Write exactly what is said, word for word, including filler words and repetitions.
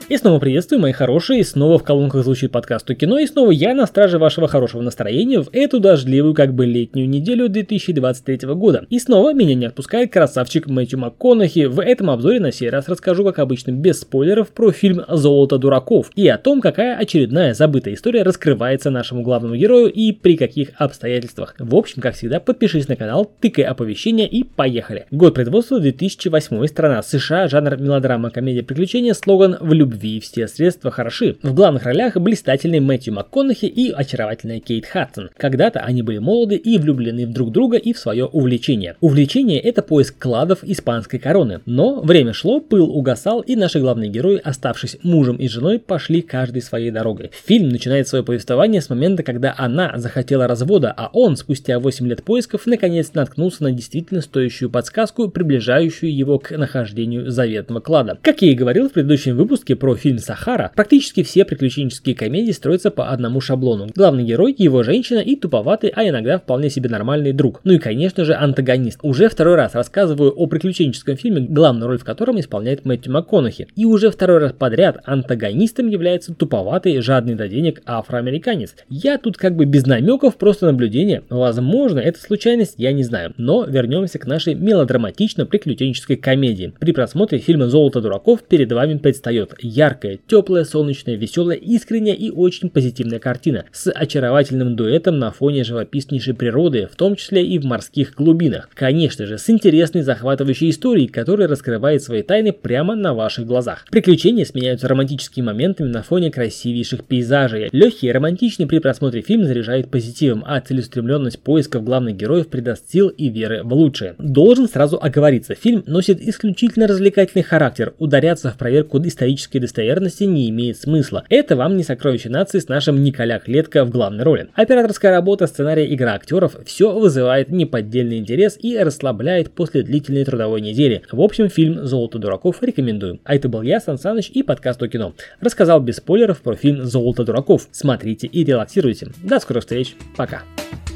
И снова приветствую, мои хорошие, и снова в колонках звучит подкаст о кино, и снова я на страже вашего хорошего настроения в эту дождливую, как бы летнюю неделю две тысячи двадцать третьего года. И снова меня не отпускает красавчик Мэтью МакКонахи. В этом обзоре на сей раз расскажу, как обычно, без спойлеров, про фильм «Золото дураков» и о том, какая очередная забытая история раскрывается нашему главному герою и при каких обстоятельствах. В общем, как всегда, подпишись на канал, тыкай оповещения и поехали. Год производства две тысячи восьмой, страна США, жанр мелодрама, комедия, приключения, слоган «В любви все средства хороши». В главных ролях блистательный Мэтью МакКонахи и очаровательная Кейт Хадсон. Когда-то они были молоды и влюблены в друг друга и в свое увлечение. Увлечение — это поиск кладов испанской короны. Но время шло, пыл угасал, и наши главные герои, оставшись мужем и женой, пошли каждой своей дорогой. Фильм начинает свое повествование с момента, когда она захотела развода, а он, спустя восемь лет поисков, наконец наткнулся на действительно стоящую подсказку, приближающую его к нахождению заветного клада. Как я и говорил в предыдущем выпуске про фильм «Сахара», практически все приключенческие комедии строятся по одному шаблону. Главный герой, его женщина и туповатый, а иногда вполне себе нормальный друг. Ну и, конечно же, антагонист. Уже второй раз рассказываю о приключенческом фильме, главную роль в котором исполняет Мэтью МакКонахи. И уже второй раз подряд антагонистом является туповатый, жадный до денег афроамериканец. Я тут как бы без намеков, просто наблюдение. Возможно, это случайность, я не знаю. Но вернемся к нашей мелодраматично-приключенческой комедии. При просмотре фильма «Золото дураков» перед вами предстает яркая, теплая, солнечная, веселая, искренняя и очень позитивная картина с очаровательным дуэтом на фоне живописнейшей природы, в том числе и в морских глубинах. Конечно же, с интересной захватывающей историей, которая раскрывает свои тайны прямо на ваших глазах. Приключения сменяются романтическими моментами на фоне красивейших пейзажей. Легкий и романтичный при просмотре фильм заряжает позитивом, а целеустремленность поисков главных героев придаст сил и веры в лучшее. Должен сразу оговориться, фильм носит исключительно развлекательный характер, ударяться в проверку исторической достоверности не имеет смысла. Это вам не «Сокровище нации» с нашим Николя Клетко в главной роли. Операторская работа, сценарий, игра актеров — все вызывает неподдельный интерес и расслабляет после длительной трудовой недели. В общем, фильм «Золото дураков» рекомендую. А это был я, Сан Саныч, и подкаст о кино. Рассказал без спойлеров про фильм «Золото дураков». Смотрите и релаксируйте. До скорых встреч. Пока.